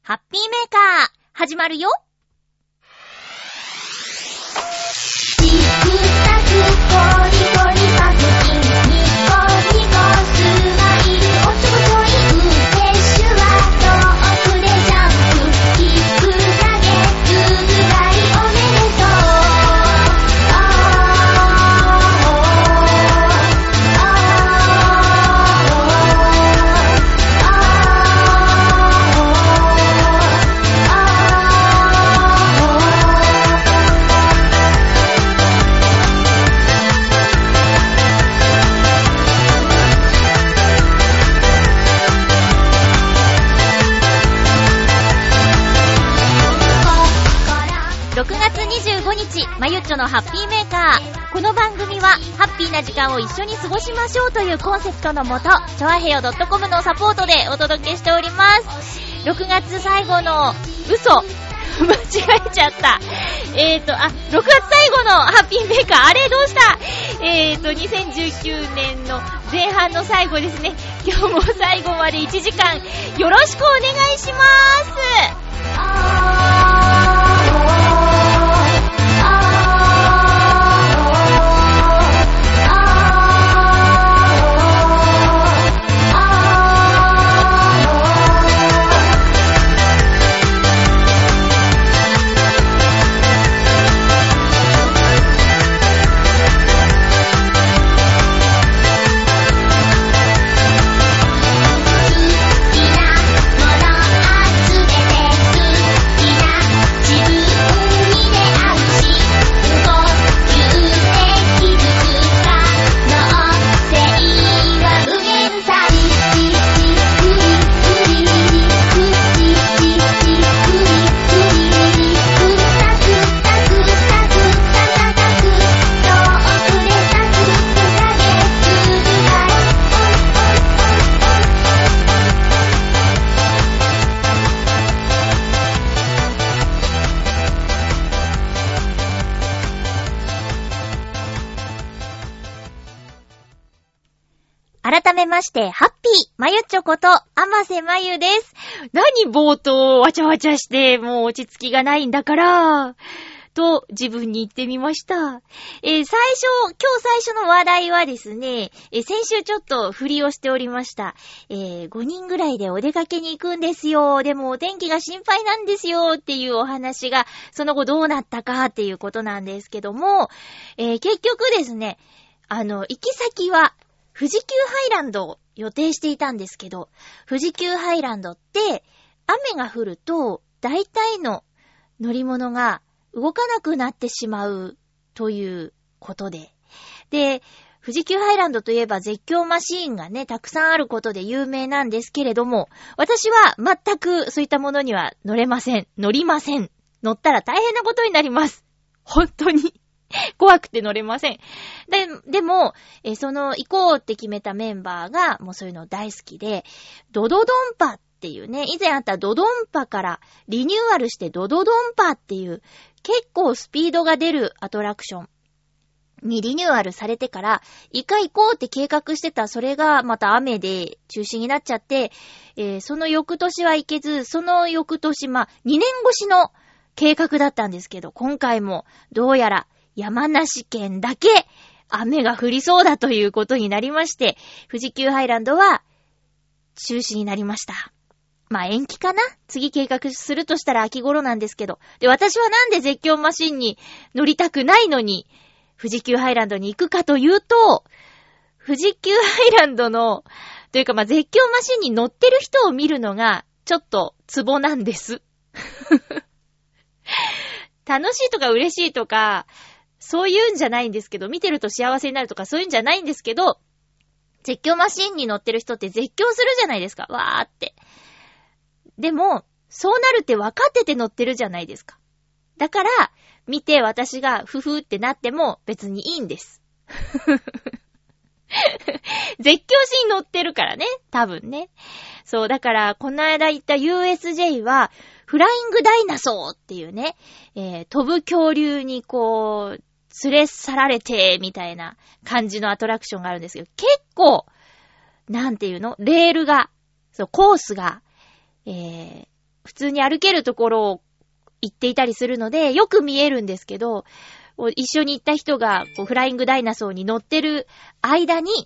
ハッピーメーカー始まるよ。チクタクコリコリパクチンニコニコスマイルおちょこちょいウテッシュは遠くでジャンプキックだけズームバイおめでとう。6月25日、まゆっちょのハッピーメーカー。この番組はハッピーな時間を一緒に過ごしましょうというコンセプトのもと、ちょあへよ .com のサポートでお届けしております。6月最後の嘘間違えちゃった。6月最後のハッピーメーカー、あれどうした？2019年の前半の最後ですね。今日も最後まで1時間よろしくお願いします。改めまして、ハッピーまゆっちょこと、あませまゆです。何冒頭わちゃわちゃして、もう落ち着きがないんだから、と自分に言ってみました。今日最初の話題はですね、先週ちょっと振りをしておりました。5人ぐらいでお出かけに行くんですよ。でもお天気が心配なんですよっていうお話が、その後どうなったかっていうことなんですけども、結局ですね、行き先は、富士急ハイランドを予定していたんですけど、富士急ハイランドって雨が降ると大体の乗り物が動かなくなってしまうということで。で、富士急ハイランドといえば絶叫マシーンがね、たくさんあることで有名なんですけれども、私は全くそういったものには乗りません。乗ったら大変なことになります。本当に。怖くて乗れません。でも、行こうって決めたメンバーが、もうそういうの大好きで、ドドドンパっていうね、以前あったドドンパからリニューアルしてドドドンパっていう、結構スピードが出るアトラクションにリニューアルされてから、行こうって計画してた、それがまた雨で中止になっちゃって、その翌年は行けず、その翌年、2年越しの計画だったんですけど、今回もどうやら、山梨県だけ雨が降りそうだということになりまして、富士急ハイランドは中止になりました。延期かな？次計画するとしたら秋頃なんですけど。で、私はなんで絶叫マシンに乗りたくないのに、富士急ハイランドに行くかというと、富士急ハイランドの、というか絶叫マシンに乗ってる人を見るのが、ちょっとツボなんです。楽しいとか嬉しいとか、そういうんじゃないんですけど、見てると幸せになるとかそういうんじゃないんですけど、絶叫マシンに乗ってる人って絶叫するじゃないですか。わーって。でも、そうなるって分かってて乗ってるじゃないですか。だから、見て私がふふってなっても別にいいんです。絶叫しに乗ってるからね。多分ね。そう、だから、この間行った USJ は、フライングダイナソーっていうね、飛ぶ恐竜に連れ去られて、みたいな感じのアトラクションがあるんですけど、結構、なんていうの？レールが、コースが、 普通に歩けるところを行っていたりするので、よく見えるんですけど、一緒に行った人がフライングダイナソーに乗ってる間に、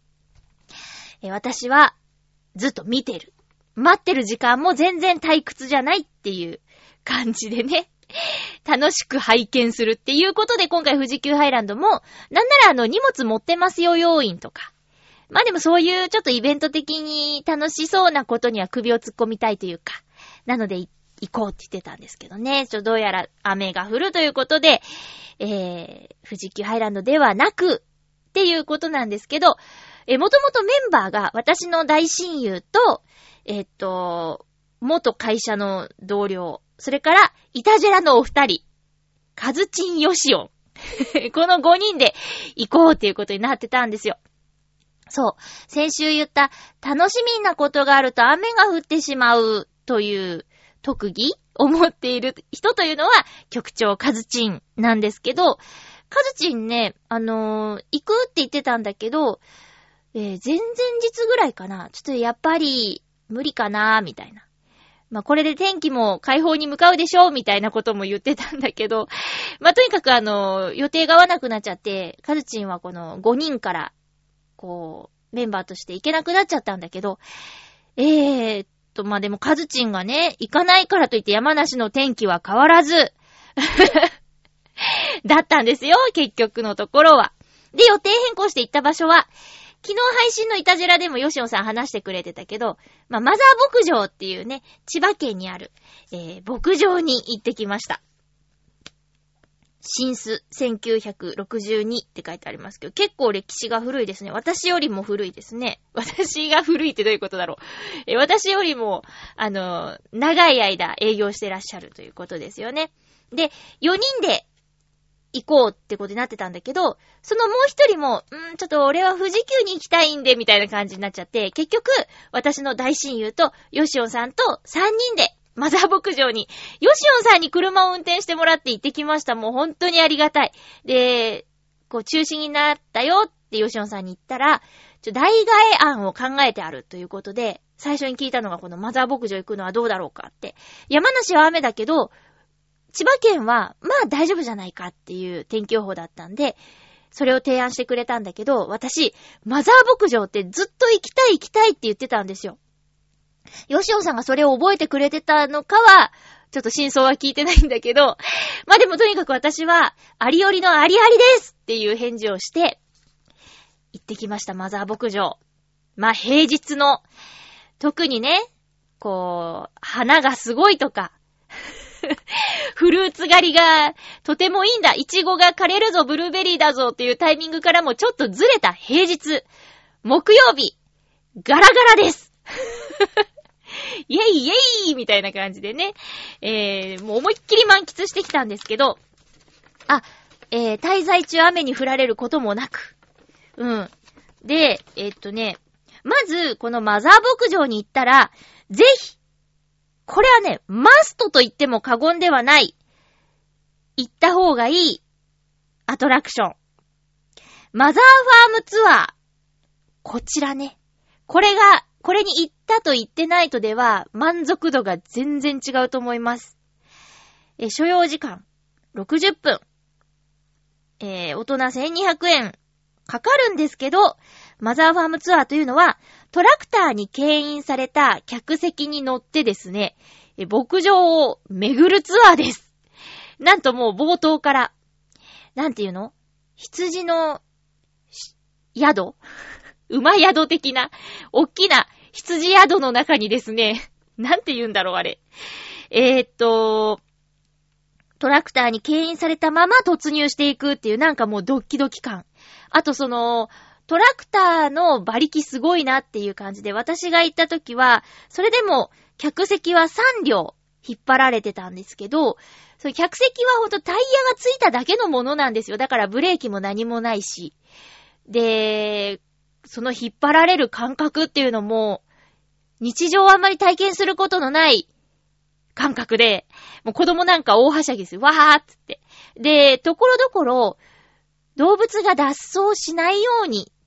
私はずっと見てる。待ってる時間も全然退屈じゃないっていう感じでね。楽しく拝見するっていうことで、今回富士急ハイランドも、なんなら荷物持ってますよ要員とか。まあでもそういうちょっとイベント的に楽しそうなことには首を突っ込みたいというか。なので行こうって言ってたんですけどね。どうやら雨が降るということで、富士急ハイランドではなくっていうことなんですけど、もともとメンバーが私の大親友と、元会社の同僚、それから、イタジェラのお二人、カズチンヨシオン。この5人で行こうっていうことになってたんですよ。そう。先週言った楽しみなことがあると雨が降ってしまうという特技を持っている人というのは局長カズチンなんですけど、カズチンね、行くって言ってたんだけど、前々日ぐらいかな。ちょっとやっぱり無理かなみたいな。まあ、これで天気も解放に向かうでしょうみたいなことも言ってたんだけど、まあ、とにかく予定が合わなくなっちゃって、カズチンはこの5人から、メンバーとして行けなくなっちゃったんだけど、まあ、でもカズチンがね、行かないからといって山梨の天気は変わらず、だったんですよ、結局のところは。で、予定変更して行った場所は、昨日配信のイタジェラでもヨシオンさん話してくれてたけど、まあ、マザー牧場っていうね、千葉県にある、牧場に行ってきました。新巣1962って書いてありますけど、結構歴史が古いですね。私よりも古いですね。私が古いってどういうことだろう。私よりも、長い間営業してらっしゃるということですよね。で、4人で行こうってことになってたんだけど、そのもう一人も、ちょっと俺は富士急に行きたいんで、みたいな感じになっちゃって、結局、私の大親友と、ヨシオンさんと3人で、マザー牧場に、ヨシオンさんに車を運転してもらって行ってきました。もう本当にありがたい。で、中止になったよってヨシオンさんに言ったら、代替え案を考えてあるということで、最初に聞いたのがこのマザー牧場行くのはどうだろうかって。山梨は雨だけど、千葉県は、まあ大丈夫じゃないかっていう天気予報だったんで、それを提案してくれたんだけど、私、マザー牧場ってずっと行きたいって言ってたんですよ。ヨシオンさんがそれを覚えてくれてたのかは、ちょっと真相は聞いてないんだけど、まあでもとにかく私は、ありよりのありありですっていう返事をして、行ってきました、マザー牧場。まあ平日の、特にね、花がすごいとか、フルーツ狩りがとてもいいんだ。イチゴが枯れるぞ、ブルーベリーだぞっていうタイミングからもちょっとずれた平日。木曜日、ガラガラです。イェイイェイみたいな感じでね。もう思いっきり満喫してきたんですけど、滞在中雨に降られることもなく。で、まず、このマザー牧場に行ったら、ぜひ、これはね、マストと言っても過言ではない。行った方がいいアトラクション。マザーファームツアー。こちらね。これに行ったと言ってないとでは満足度が全然違うと思います。所要時間60分。大人1200円かかるんですけど、マザーファームツアーというのは、トラクターに牽引された客席に乗ってですね、牧場を巡るツアーです。なんともう冒頭から、なんていうの？羊の宿？馬宿的な、おっきな羊宿の中にですね、なんて言うんだろうあれ。トラクターに牽引されたまま突入していくっていうなんかもうドッキドキ感。あとトラクターの馬力すごいなっていう感じで、私が行った時は、それでも客席は3両引っ張られてたんですけど、その客席はほんとタイヤがついただけのものなんですよ。だからブレーキも何もないし。で、その引っ張られる感覚っていうのも、日常あんまり体験することのない感覚で、もう子供なんか大はしゃぎですよ。わーっつって。で、ところどころ、動物が脱走しないように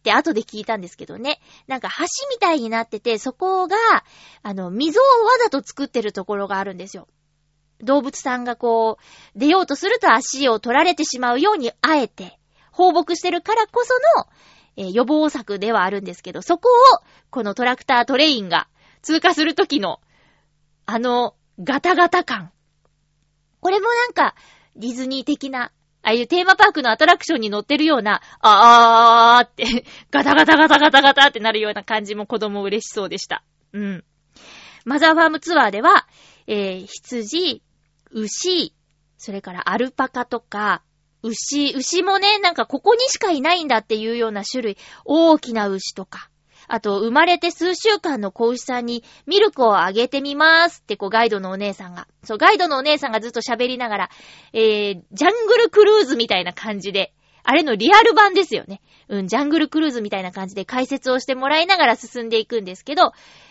って後で聞いたんですけどね。なんか橋みたいになってて、そこが、溝をわざと作ってるところがあるんですよ。動物さんがこう、出ようとすると足を取られてしまうようにあえて、放牧してるからこその、予防策ではあるんですけど、そこを、このトラクタートレインが通過するときの、ガタガタ感。これもなんか、ディズニー的な、ああいうテーマパークのアトラクションに乗ってるような、って、ガタガタガタガタガタってなるような感じも子供嬉しそうでした。うん。マザーファームツアーでは、羊、牛、それからアルパカとか、牛もね、なんかここにしかいないんだっていうような種類、大きな牛とか、あと生まれて数週間の子牛さんにミルクをあげてみますってガイドのお姉さんがずっと喋りながら、ジャングルクルーズみたいな感じで、あれのリアル版ですよね。ジャングルクルーズみたいな感じで解説をしてもらいながら進んでいくんですけど、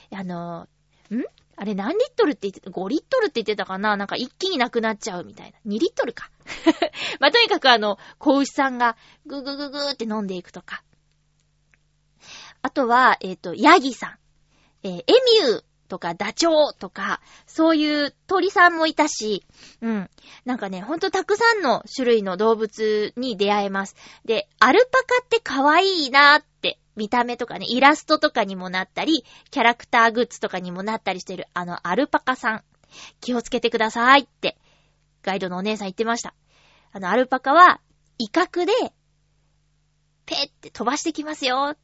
あれ何リットルって言ってた ?5 リットルって言ってたかな？なんか一気になくなっちゃうみたいな。2リットルか。まあ、とにかく子牛さんがググググーって飲んでいくとか。あとは、ヤギさん。エミューとかダチョウとか、そういう鳥さんもいたし、なんかね、ほんとたくさんの種類の動物に出会えます。で、アルパカって可愛いなって、見た目とかね、イラストとかにもなったり、キャラクターグッズとかにもなったりしてる、アルパカさん。気をつけてくださいって、ガイドのお姉さん言ってました。アルパカは、威嚇で、ペッて飛ばしてきますよって。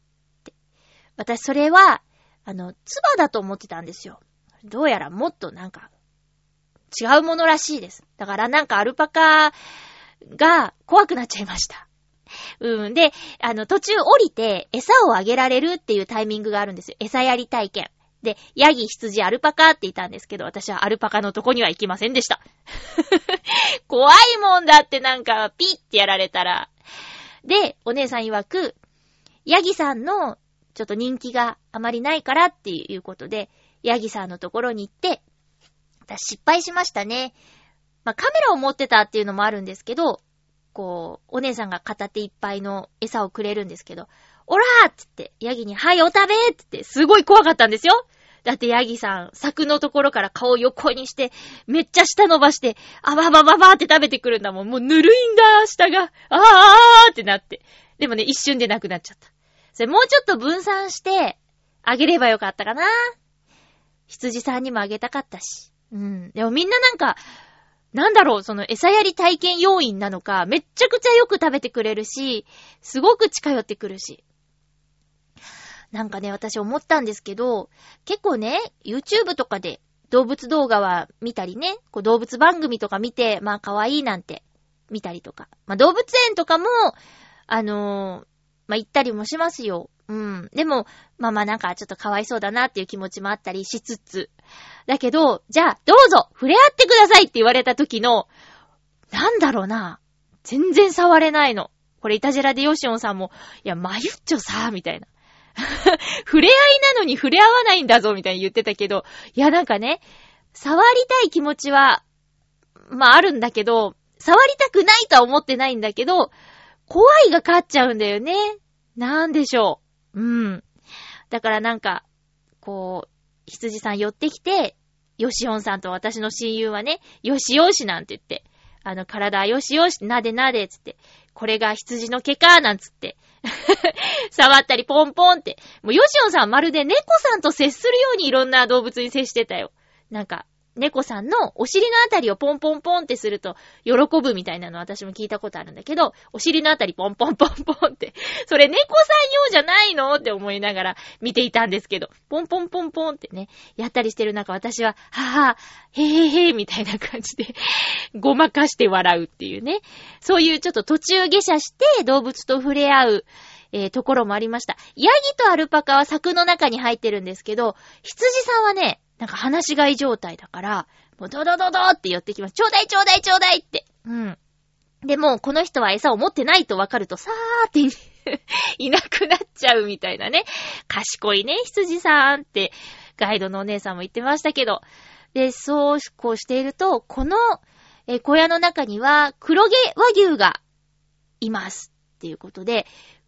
私、それは、唾だと思ってたんですよ。どうやらもっとなんか、違うものらしいです。だからなんかアルパカが怖くなっちゃいました。で、途中降りて餌をあげられるっていうタイミングがあるんですよ。餌やり体験。で、ヤギ、羊、アルパカって言ったんですけど、私はアルパカのとこには行きませんでした。怖いもんだってなんか、ピッてやられたら。で、お姉さん曰く、ヤギさんのちょっと人気があまりないからっていうことで、ヤギさんのところに行って、私失敗しましたね。まあ、カメラを持ってたっていうのもあるんですけど、お姉さんが片手いっぱいの餌をくれるんですけど、オラーって言って、ヤギに、はい、お食べって言って、すごい怖かったんですよ。だってヤギさん、柵のところから顔を横にして、めっちゃ舌伸ばして、あばばばばって食べてくるんだもん。もうぬるいんだ、舌が。ーってなって。でもね、一瞬でなくなっちゃった。それもうちょっと分散して、あげればよかったかな。羊さんにもあげたかったし。でもみんななんか、なんだろう、その餌やり体験要員なのか、めっちゃくちゃよく食べてくれるし、すごく近寄ってくるし。なんかね、私思ったんですけど、結構ね、YouTube とかで動物動画は見たりね、動物番組とか見て、まあ可愛いなんて見たりとか。まあ動物園とかも、まあ行ったりもしますよ。でも、まあなんかちょっとかわいそうだなっていう気持ちもあったりしつつ。だけど、じゃあどうぞ触れ合ってくださいって言われた時の、なんだろうな。全然触れないの。これイタジェラでヨシオンさんも、いや、まゆっちょさ、みたいな。触れ合いなのに触れ合わないんだぞ、みたいに言ってたけど、いやなんかね、触りたい気持ちは、まああるんだけど、触りたくないとは思ってないんだけど、怖いが勝っちゃうんだよね。なんでしょう。だからなんか、羊さん寄ってきて、ヨシオンさんと私の親友はね、よしよしなんて言って、体よしよし、なでなでつって、これが羊の毛かなんつって、触ったりポンポンって、もうヨシオンさんはまるで猫さんと接するようにいろんな動物に接してたよ。なんか、猫さんのお尻のあたりをポンポンポンってすると喜ぶみたいなの私も聞いたことあるんだけど、お尻のあたりポンポンポンポンって、それ猫さん用じゃないのって思いながら見ていたんですけど、ポンポンポンポンってね、やったりしてる中私は、はぁ、へへへみたいな感じで、ごまかして笑うっていうね。そういうちょっと途中下車して動物と触れ合う、ところもありました。ヤギとアルパカは柵の中に入ってるんですけど、羊さんはね、なんか話し飼い状態だから、もうドドドドって寄ってきます。ちょうだいちょうだいちょうだいって。でも、この人は餌を持ってないと分かると、さーっていなくなっちゃうみたいなね。賢いね、羊さんって、ガイドのお姉さんも言ってましたけど。で、こうしていると、この、小屋の中には黒毛和牛がいます。っていうことで、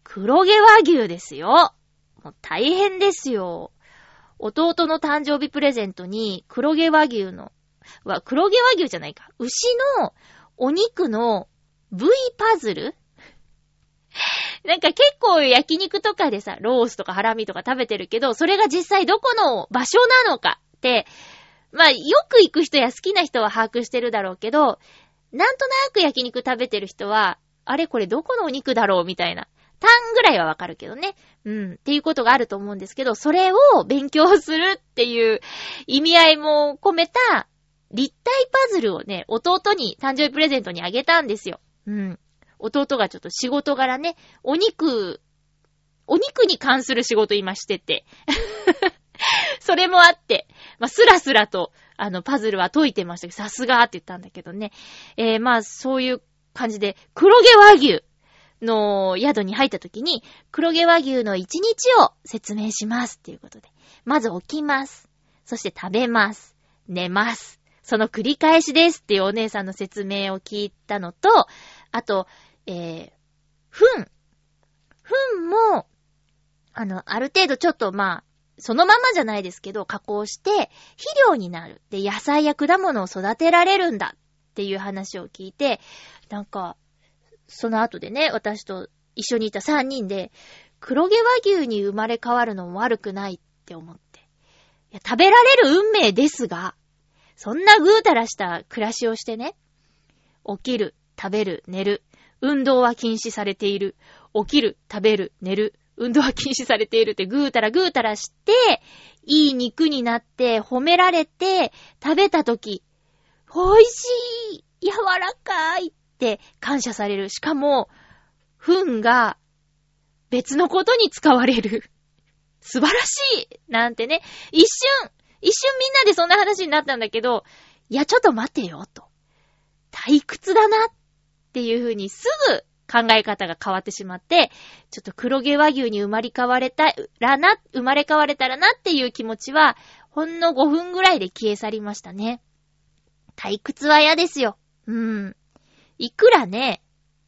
黒毛和牛ですよ。もう大変ですよ。弟の誕生日プレゼントに黒毛和牛じゃないか。牛のお肉の部位パズルなんか結構焼肉とかでさ、ロースとかハラミとか食べてるけど、それが実際どこの場所なのかって、まあよく行く人や好きな人は把握してるだろうけど、なんとなく焼肉食べてる人は、あれこれどこのお肉だろうみたいな。単ぐらいはわかるけどね。っていうことがあると思うんですけど、それを勉強するっていう意味合いも込めた立体パズルをね、弟に誕生日プレゼントにあげたんですよ。弟がちょっと仕事柄ね、お肉に関する仕事今してて。それもあって、まあ、スラスラと、パズルは解いてましたけど、さすがって言ったんだけどね。まあ、そういう感じで、黒毛和牛の宿に入った時に、黒毛和牛の一日を説明しますっていうことで。まず起きます。そして食べます。寝ます。その繰り返しですっていうお姉さんの説明を聞いたのと、あと、糞も、ある程度ちょっとまあ、そのままじゃないですけど、加工して、肥料になる。で、野菜や果物を育てられるんだっていう話を聞いて、なんか、その後でね、私と一緒にいた3人で、黒毛和牛に生まれ変わるのも悪くないって思って。いや、食べられる運命ですが、そんなぐうたらした暮らしをしてね、起きる、食べる、寝る、運動は禁止されている、起きる、食べる、寝る、運動は禁止されているってぐうたらして、いい肉になって褒められて食べたとき、美味しい、柔らかいって感謝される。しかも、糞が別のことに使われる。素晴らしいなんてね、一瞬みんなでそんな話になったんだけど、いやちょっと待てよと。退屈だなっていう風にすぐ考え方が変わってしまって、ちょっと黒毛和牛に生まれ変われたらなっていう気持ちは、ほんの5分ぐらいで消え去りましたね。退屈は嫌ですよ。いくらね、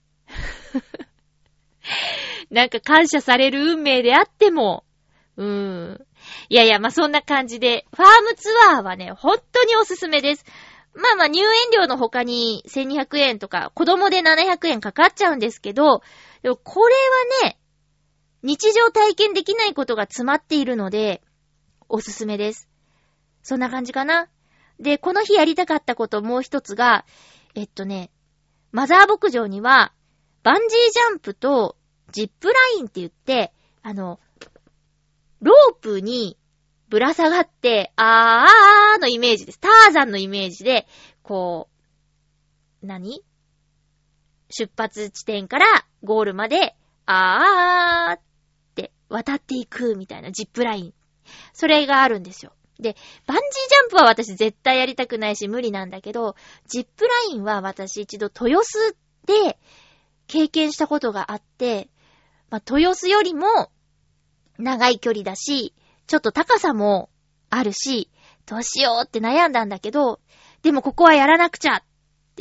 なんか感謝される運命であっても、いやいや、まあ、そんな感じで、ファームツアーはね、本当におすすめです。まあ入園料の他に1200円とか子供で700円かかっちゃうんですけど、でもこれはね、日常体験できないことが詰まっているのでおすすめです。そんな感じかな。で、この日やりたかったこともう一つが、マザー牧場にはバンジージャンプとジップラインって言って、ロープにぶら下がって、のイメージです。ターザンのイメージで、こう、出発地点からゴールまで、って渡っていくみたいなジップライン。それがあるんですよ。で、バンジージャンプは私絶対やりたくないし無理なんだけど、ジップラインは私一度豊洲で経験したことがあって、まあ、豊洲よりも長い距離だし、ちょっと高さもあるし、どうしようって悩んだんだけど、でもここはやらなくちゃって、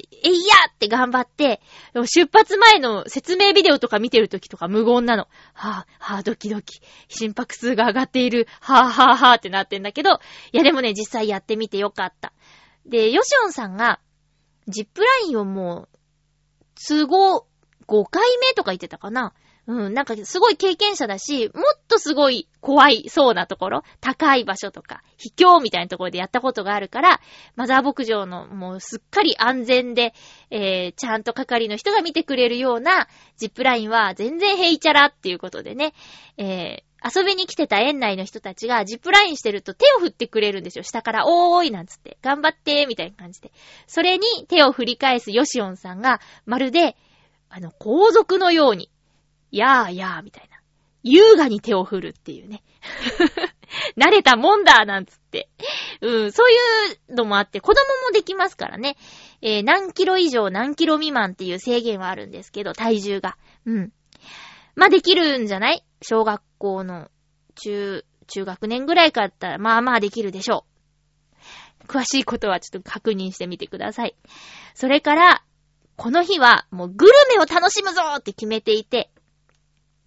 って頑張って、出発前の説明ビデオとか見てるときとか無言なの。ドキドキ。心拍数が上がっている。ってなってんだけど、いやでもね、実際やってみてよかった。で、ヨシオンさんが、ジップラインをもう、都合5回目とか言ってたかな。なんかすごい経験者だし、もっとすごい怖いそうなところ、高い場所とか、秘境みたいなところでやったことがあるから、マザー牧場のもうすっかり安全で、ちゃんと係の人が見てくれるようなジップラインは全然ヘイチャラっていうことでね、遊びに来てた園内の人たちがジップラインしてると手を振ってくれるんですよ。下からおーいなんつって、頑張ってみたいな感じで。それに手を振り返すヨシオンさんが、まるで、皇族のように、やーみたいな。優雅に手を振るっていうね。慣れたもんだなんつって。そういうのもあって、子供もできますからね。何キロ以上何キロ未満っていう制限はあるんですけど、体重が。まあ、できるんじゃない？小学校の中学年ぐらいからだったら、まあできるでしょう。詳しいことはちょっと確認してみてください。それから、この日はもうグルメを楽しむぞって決めていて、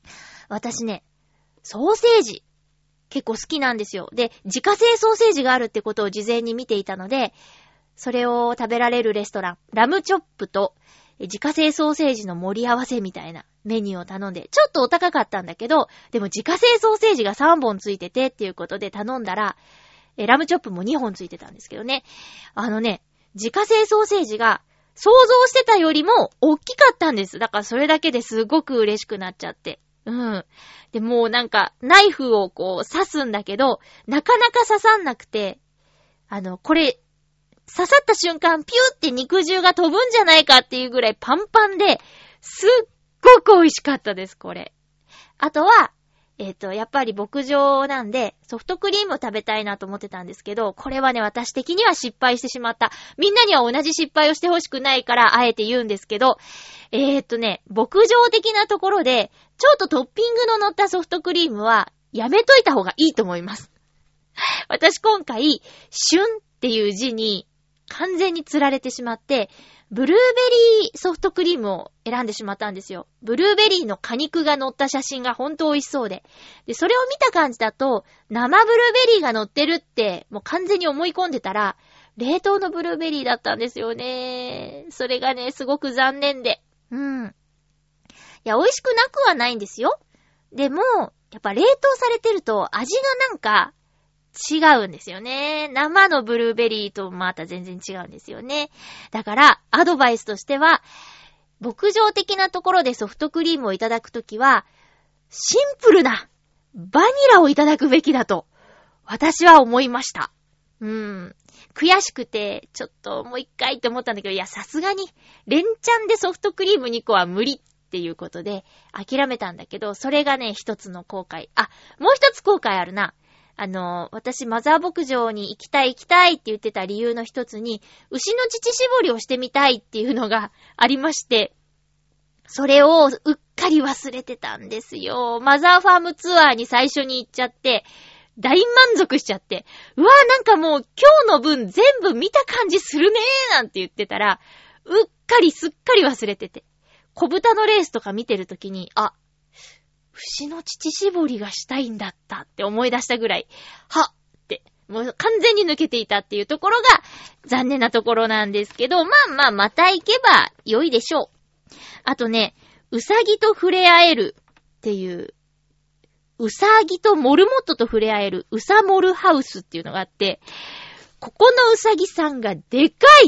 私ね、ソーセージ結構好きなんですよ。で、自家製ソーセージがあるってことを事前に見ていたので、それを食べられるレストラン、ラムチョップと自家製ソーセージの盛り合わせみたいなメニューを頼んで、ちょっとお高かったんだけど、でも自家製ソーセージが3本ついててっていうことで頼んだら、ラムチョップも2本ついてたんですけどね。自家製ソーセージが想像してたよりも大きかったんです。だからそれだけですごく嬉しくなっちゃって。で、もうなんか、ナイフをこう刺すんだけど、なかなか刺さんなくて、これ、刺さった瞬間、ピューって肉汁が飛ぶんじゃないかっていうぐらいパンパンで、すっごく美味しかったです、これ。あとは、やっぱり牧場なんで、ソフトクリームを食べたいなと思ってたんですけど、これはね、私的には失敗してしまった。みんなには同じ失敗をしてほしくないから、あえて言うんですけど、牧場的なところで、ちょっとトッピングの乗ったソフトクリームは、やめといた方がいいと思います。私今回、旬っていう字に完全に釣られてしまって、ブルーベリーソフトクリームを選んでしまったんですよ。ブルーベリーの果肉が乗った写真が本当美味しそうで。で、それを見た感じだと、生ブルーベリーが乗ってるって、もう完全に思い込んでたら、冷凍のブルーベリーだったんですよね。それがね、すごく残念で。いや、美味しくなくはないんですよ。でも、やっぱ冷凍されてると味がなんか違うんですよね。生のブルーベリーとまた全然違うんですよね。だから、アドバイスとしては、牧場的なところでソフトクリームをいただくときは、シンプルなバニラをいただくべきだと、私は思いました。悔しくて、ちょっともう一回って思ったんだけど、いや、さすがに、連チャンでソフトクリーム2個は無理っていうことで、諦めたんだけど、それがね、一つの後悔。もう一つ後悔あるな。私、マザー牧場に行きたいって言ってた理由の一つに、牛の乳搾りをしてみたいっていうのがありまして、それをうっかり忘れてたんですよ。マザーファームツアーに最初に行っちゃって、大満足しちゃって、なんかもう今日の分全部見た感じするねーなんて言ってたら、すっかり忘れてて。小豚のレースとか見てるときに、牛の乳搾りがしたいんだったって思い出したぐらい、はって、もう完全に抜けていたっていうところが残念なところなんですけど、また行けば良いでしょう。あとね、うさぎと触れ合えるっていう、うさぎとモルモットと触れ合えるうさモルハウスっていうのがあって、ここのうさぎさんがでかい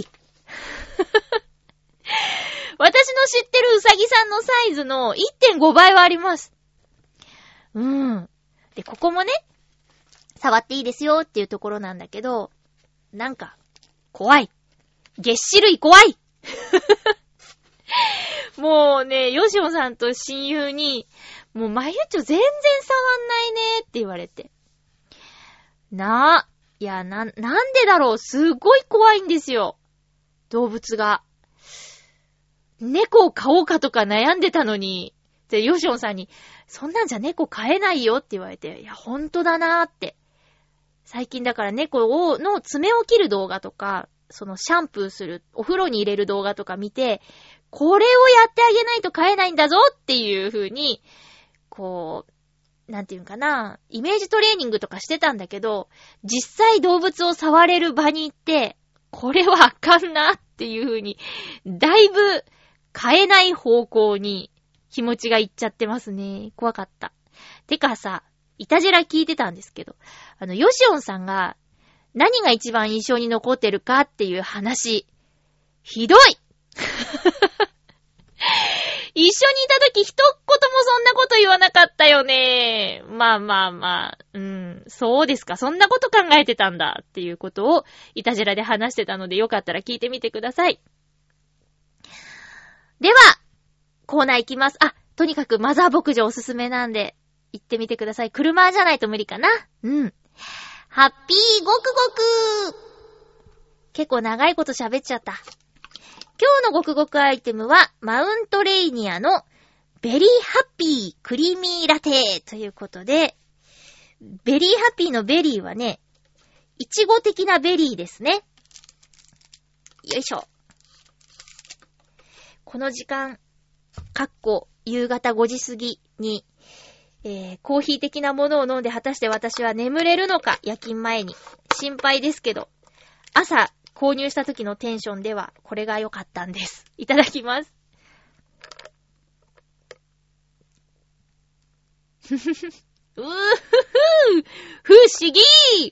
私の知ってるうさぎさんのサイズの 1.5 倍はあります。で、ここもね、触っていいですよっていうところなんだけど、なんか、怖い。げっ歯類怖いもうね、ヨシオさんと親友に、もうマユチョ全然触んないねって言われて。なんでだろう、すごい怖いんですよ。動物が。猫を飼おうかとか悩んでたのに、で、ヨシオンさんに、そんなんじゃ猫飼えないよって言われて、いや、ほんとだなーって。最近だから猫の爪を切る動画とか、そのシャンプーする、お風呂に入れる動画とか見て、これをやってあげないと飼えないんだぞっていう風に、こう、なんていうんかな、イメージトレーニングとかしてたんだけど、実際動物を触れる場に行って、これはあかんなっていう風に、だいぶ飼えない方向に気持ちがいっちゃってますね。怖かった。てかさ、イタジェラ聞いてたんですけど、ヨシオンさんが何が一番印象に残ってるかっていう話、ひどい一緒にいたとき一言もそんなこと言わなかったよね。そうですか。そんなこと考えてたんだっていうことをイタジェラで話してたのでよかったら聞いてみてください。では、コーナー行きます。とにかくマザー牧場おすすめなんで行ってみてください。車じゃないと無理かな。ハッピーごくごく。結構長いこと喋っちゃった。今日のごくごくアイテムはマウントレイニアのベリーハッピークリーミーラテということで、ベリーハッピーのベリーはね、いちご的なベリーですね。よいしょ。この時間、夕方5時過ぎにコーヒー的なものを飲んで果たして私は眠れるのか、夜勤前に。心配ですけど、朝購入した時のテンションではこれが良かったんです。いただきます。不思議。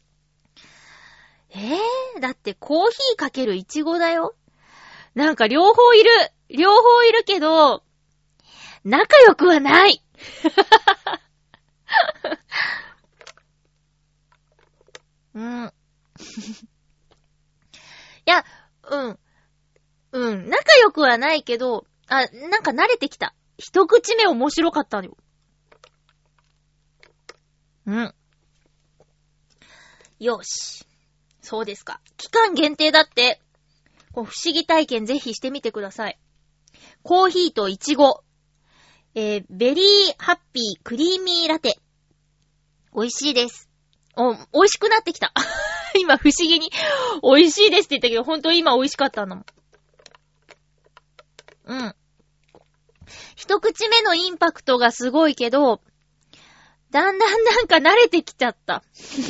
だってコーヒーかけるイチゴだよ。なんか両方いるけど、仲良くはない。うん。いや、仲良くはないけど、なんか慣れてきた。一口目面白かったのよ。よし。そうですか。期間限定だって、不思議体験ぜひしてみてください。コーヒーとイチゴ。ベリーハッピークリーミーラテ。美味しいです。美味しくなってきた。今不思議に美味しいですって言ったけど、本当に今美味しかったの。一口目のインパクトがすごいけど、だんだんなんか慣れてきちゃった。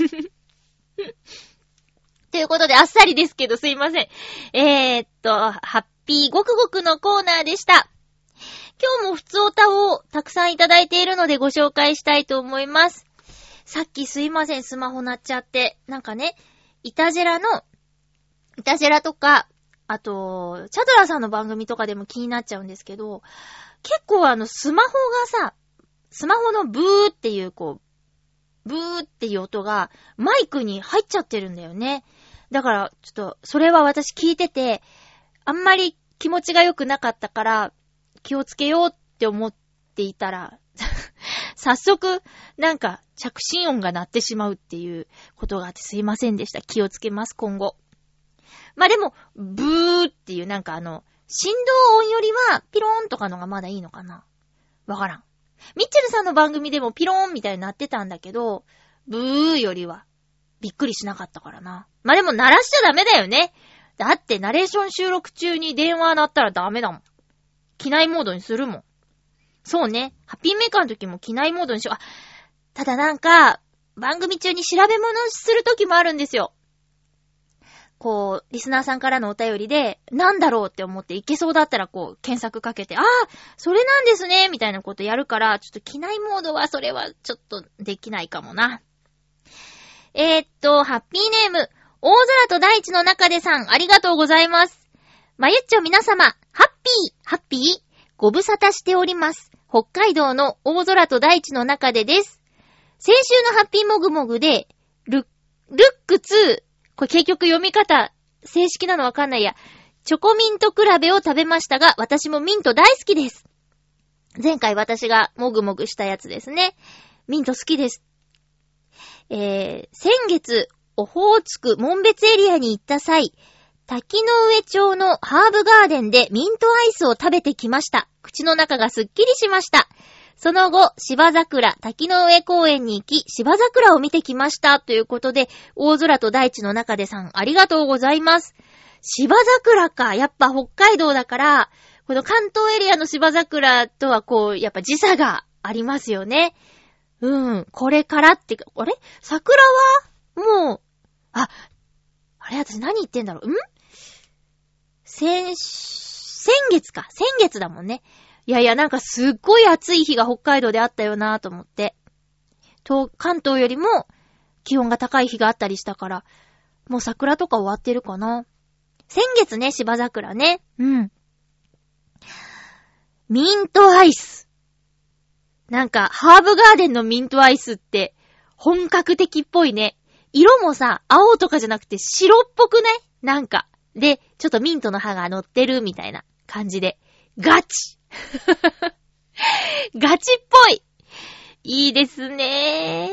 ということで、あっさりですけどすいません。ハッピーごくごくのコーナーでした。今日もふつおたをたくさんいただいているのでご紹介したいと思います。さっきすいません、スマホ鳴っちゃって。なんかね、イタジェラとか、あと、チャドラさんの番組とかでも気になっちゃうんですけど、結構スマホのブーっていうブーっていう音がマイクに入っちゃってるんだよね。だから、ちょっと、それは私聞いてて、あんまり気持ちが良くなかったから、気をつけようって思っていたら、早速、なんか、着信音が鳴ってしまうっていうことがあってすいませんでした。気をつけます、今後。まあ、でも、ブーっていうなんか振動音よりは、ピローンとかのがまだいいのかな？わからん。ミッチェルさんの番組でもピローンみたいになってたんだけど、ブーよりは、びっくりしなかったからな。まあ、でも鳴らしちゃダメだよね。だってナレーション収録中に電話鳴ったらダメだもん。機内モードにするもん。そうね。ハッピーメーカーの時も機内モードにしよう。ただなんか、番組中に調べ物する時もあるんですよ。リスナーさんからのお便りで、なんだろうって思っていけそうだったら検索かけて、それなんですねみたいなことやるから、ちょっと機内モードはそれはちょっとできないかもな。ハッピーネーム、大空と大地の中でさん、ありがとうございます。まゆっちょ皆様、ハッピーご無沙汰しております。北海道の大空と大地の中でです。先週のハッピーモグモグで、ルック2、これ結局読み方、正式なのわかんないや。チョコミント比べを食べましたが、私もミント大好きです。前回私がもぐもぐしたやつですね。ミント好きです。先月、オホーツク門別エリアに行った際、滝の上町のハーブガーデンでミントアイスを食べてきました。口の中がすっきりしました。その後、芝桜、滝の上公園に行き、芝桜を見てきました。ということで、大空と大地の中でさん、ありがとうございます。芝桜か。やっぱ北海道だから、この関東エリアの芝桜とはやっぱ時差がありますよね。これからってか、あれ？桜は、もう、あれ私何言ってんだろう？先月か。先月だもんね。いや、なんかすっごい暑い日が北海道であったよなと思って。関東よりも気温が高い日があったりしたから、もう桜とか終わってるかな。先月ね、芝桜ね。ミントアイス。なんか、ハーブガーデンのミントアイスって、本格的っぽいね。色もさ、青とかじゃなくて白っぽくね？なんか。で、ちょっとミントの葉が乗ってるみたいな感じで。ガチガチっぽい。いいですね。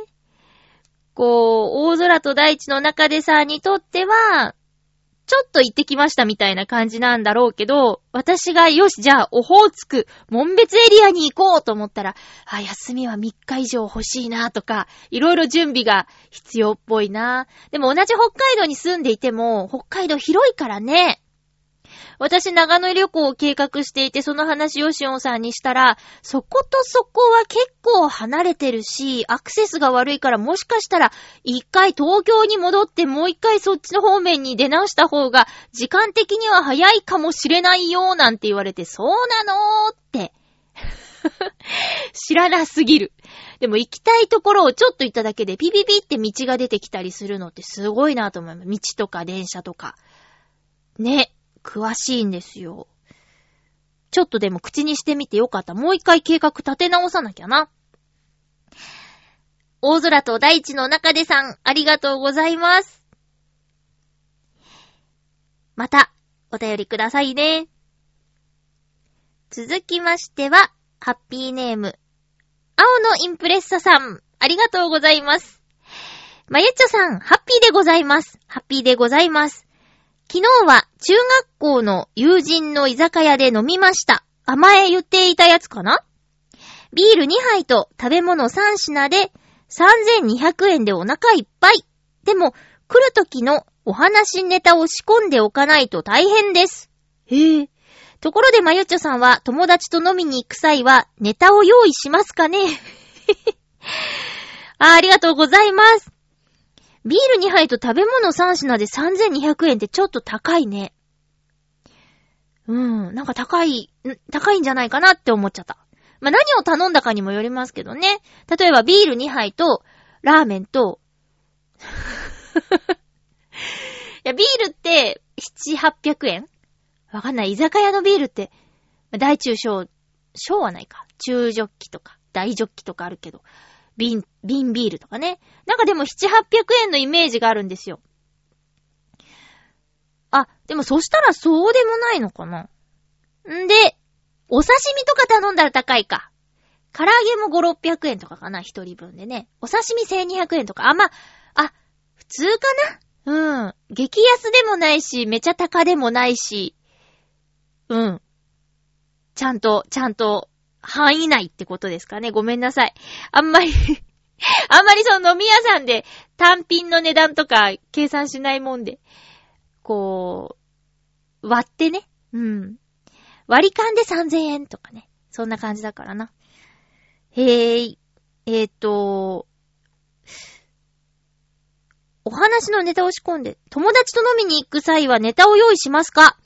大空と大地の中でさにとっては、ちょっと行ってきましたみたいな感じなんだろうけど、私がよし、じゃあ、オホーツク、門別エリアに行こうと思ったら、休みは3日以上欲しいなとか、いろいろ準備が必要っぽいな。でも同じ北海道に住んでいても、北海道広いからね。 私長野旅行を計画していて、その話をしおんさんにしたら、そことそこは結構離れてるし、アクセスが悪いからもしかしたら一回東京に戻ってもう一回そっちの方面に出直した方が時間的には早いかもしれないよなんて言われて、そうなのって知らなすぎる。でも行きたいところをちょっと行っただけでピピピって道が出てきたりするのってすごいなと思います。道とか電車とか。ね、詳しいんですよ。ちょっとでも口にしてみてよかった。もう一回計画立て直さなきゃな。大空と大地の中でさん、ありがとうございます。また、お便りくださいね。続きましては、ハッピーネーム、青のインプレッサさん、ありがとうございます。まゆっちょさん、ハッピーでございます。ハッピーでございます。昨日は中学校の友人の居酒屋で飲みました。前言っていたやつかな？ビール2杯と食べ物3品で3200円でお腹いっぱい。でも、来る時のお話ネタを仕込んでおかないと大変です。へえ。ところでまゆっちょさんは友達と飲みに行く際はネタを用意しますかね？ありがとうございます。ビール2杯と食べ物3品で3200円ってちょっと高いね。なんか高いんじゃないかなって思っちゃった。まあ、何を頼んだかにもよりますけどね。例えばビール2杯とラーメンといや、ビールって7、800円？わかんない。居酒屋のビールって、大中小はないか。中ジョッキとか、大ジョッキとかあるけど、瓶ビールとかね。なんかでも7、800円のイメージがあるんですよ。でもそしたらそうでもないのかな。んで、お刺身とか頼んだら高いか。唐揚げも5、600円とかかな、一人分でね。お刺身1200円とか。普通かな？激安でもないし、めちゃ高でもないし、ちゃんと、範囲内ってことですかね。ごめんなさい。あんまりその飲み屋さんで単品の値段とか計算しないもんで、こう、割ってね。割り勘で3000円とかね。そんな感じだからな。お話のネタを仕込んで、友達と飲みに行く際はネタを用意しますか？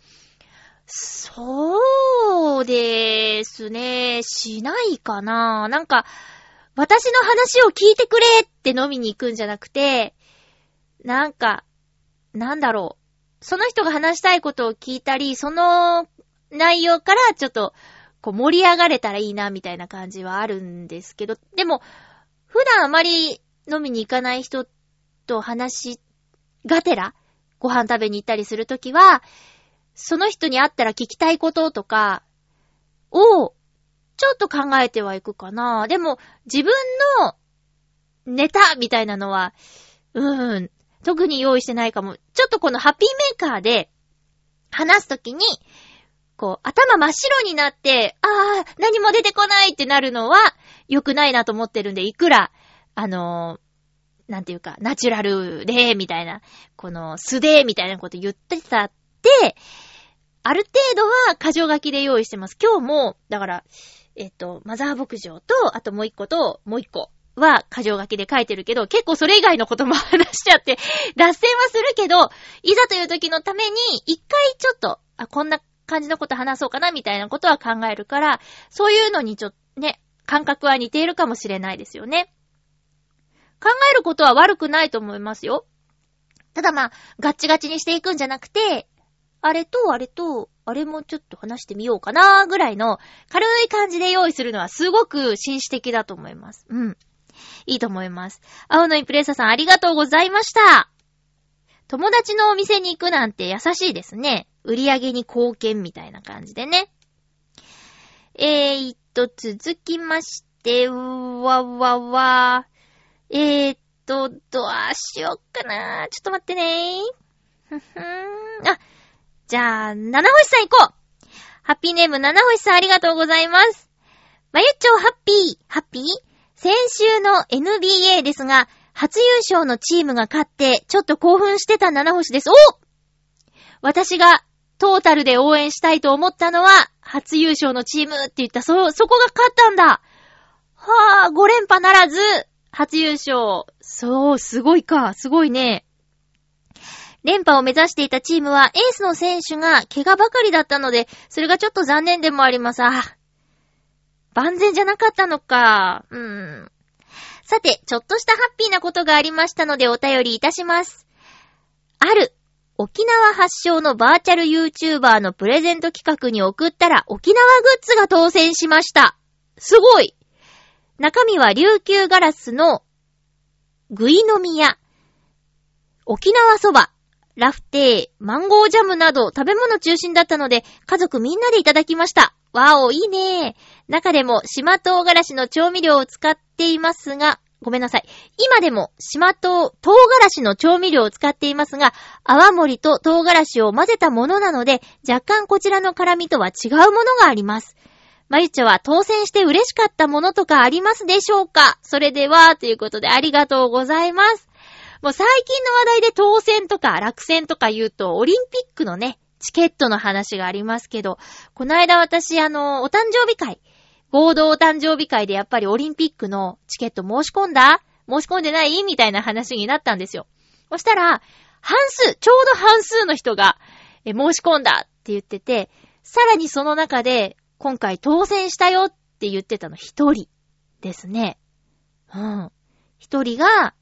そうですね。しないかな。なんか、私の話を聞いてくれって飲みに行くんじゃなくて、なんか、なんだろう。その人が話したいことを聞いたり、その内容からちょっと、こう盛り上がれたらいいな、みたいな感じはあるんですけど、でも、普段あまり飲みに行かない人と話がてら、ご飯食べに行ったりするときは、その人に会ったら聞きたいこととかをちょっと考えてはいくかな。でも自分のネタみたいなのは特に用意してないかも。ちょっとこのハッピーメーカーで話すときにこう頭真っ白になって何も出てこないってなるのは良くないなと思ってるんで、いくらなんていうかナチュラルでみたいなこの素でみたいなこと言ってたで、ある程度は箇条書きで用意してます。今日も、だから、マザー牧場と、あともう一個は箇条書きで書いてるけど、結構それ以外のことも話しちゃって、脱線はするけど、いざという時のために、一回ちょっと、こんな感じのこと話そうかな、みたいなことは考えるから、そういうのにちょっとね、感覚は似ているかもしれないですよね。考えることは悪くないと思いますよ。ただガッチガチにしていくんじゃなくて、あれもちょっと話してみようかなぐらいの軽い感じで用意するのはすごく紳士的だと思います。いいと思います。青のインプレッサさんありがとうございました。友達のお店に行くなんて優しいですね。売り上げに貢献みたいな感じでね。続きまして、どうしよっかな。ちょっと待ってね。じゃあ、七星さん行こう。ハッピーネーム七星さんありがとうございます。まゆっちょハッピー先週の NBA ですが、初優勝のチームが勝って、ちょっと興奮してた七星です。私がトータルで応援したいと思ったのは、初優勝のチームって言った、そこが勝ったんだ。はぁ、5連覇ならず、初優勝。そう、すごいか、すごいね。連覇を目指していたチームはエースの選手が怪我ばかりだったので、それがちょっと残念でもあります。万全じゃなかったのか。さて、ちょっとしたハッピーなことがありましたのでお便りいたします。ある沖縄発祥のバーチャル YouTuber のプレゼント企画に送ったら沖縄グッズが当選しました。すごい。中身は琉球ガラスのぐいのみや沖縄そば、ラフテー、マンゴージャムなど食べ物中心だったので家族みんなでいただきました。わお、いいね。中でも島唐辛子の調味料を使っていますが、ごめんなさい。今でも島唐辛子の調味料を使っていますが、泡盛と唐辛子を混ぜたものなので、若干こちらの辛みとは違うものがあります。まゆちょは当選して嬉しかったものとかありますでしょうか？それでは、ということでありがとうございます。もう最近の話題で当選とか落選とか言うと、オリンピックのね、チケットの話がありますけど、この間私お誕生日会、合同お誕生日会でやっぱりオリンピックのチケット申し込んでないみたいな話になったんですよ。そしたら、ちょうど半数の人が申し込んだって言ってて、さらにその中で今回当選したよって言ってたの一人ですね。一人が、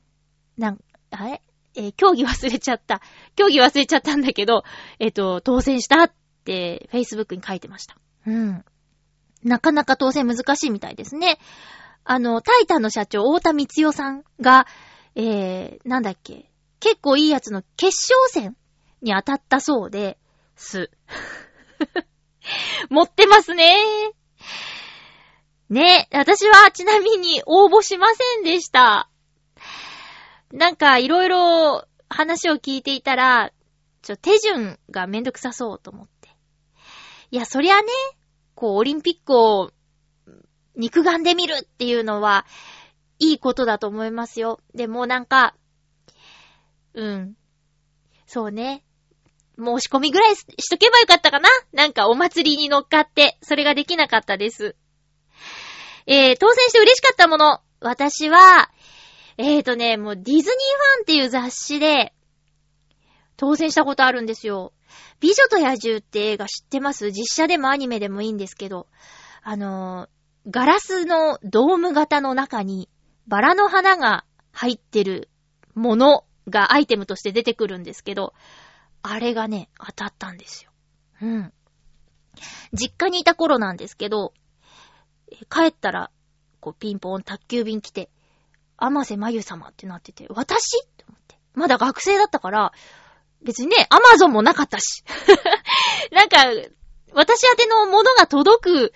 競技忘れちゃったんだけど、当選したって、Facebook に書いてました。なかなか当選難しいみたいですね。タイタンの社長、太田光代さんが、結構いいやつの決勝戦に当たったそうです。持ってますね。ね、私はちなみに応募しませんでした。なんかいろいろ話を聞いていたら、手順がめんどくさそうと思って。いや、そりゃね、オリンピックを肉眼で見るっていうのはいいことだと思いますよ。でもそうね。申し込みぐらいしとけばよかったかな？なんかお祭りに乗っかって、それができなかったです。当選して嬉しかったもの。私は、もうディズニーファンっていう雑誌で当選したことあるんですよ。美女と野獣って映画知ってます？実写でもアニメでもいいんですけど、ガラスのドーム型の中にバラの花が入ってるものがアイテムとして出てくるんですけど、あれがね、当たったんですよ。実家にいた頃なんですけど、帰ったら、ピンポン宅急便来て、天瀬まゆ様ってなってて、私？って思って。まだ学生だったから、別にね、アマゾンもなかったし。なんか、私宛てのものが届く、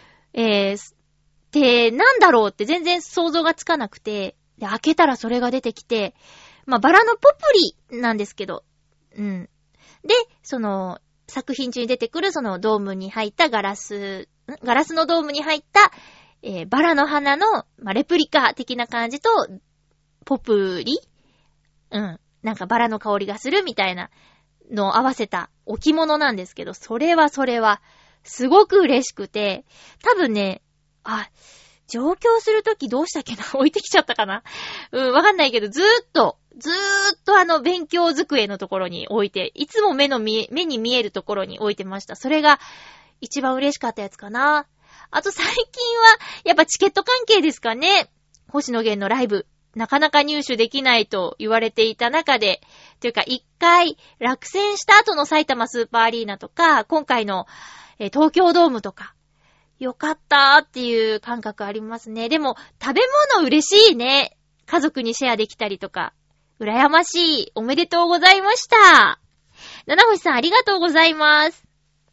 ってなんだろうって全然想像がつかなくて、で、開けたらそれが出てきて、バラのポプリなんですけど、で、作品中に出てくるドームに入ったガラスのドームに入った、バラの花の、レプリカ的な感じと、ポプリ？なんかバラの香りがするみたいなのを合わせた置物なんですけど、それは、すごく嬉しくて、多分ね、上京するときどうしたっけな置いてきちゃったかなわかんないけど、ずーっと勉強机のところに置いて、いつも目に見えるところに置いてました。それが一番嬉しかったやつかな。あと最近は、やっぱチケット関係ですかね。星野源のライブ、なかなか入手できないと言われていた中で、というか一回落選した後の埼玉スーパーアリーナとか、今回の東京ドームとか、よかったっていう感覚ありますね。でも、食べ物嬉しいね。家族にシェアできたりとか。羨ましい。おめでとうございました。七星さんありがとうございます。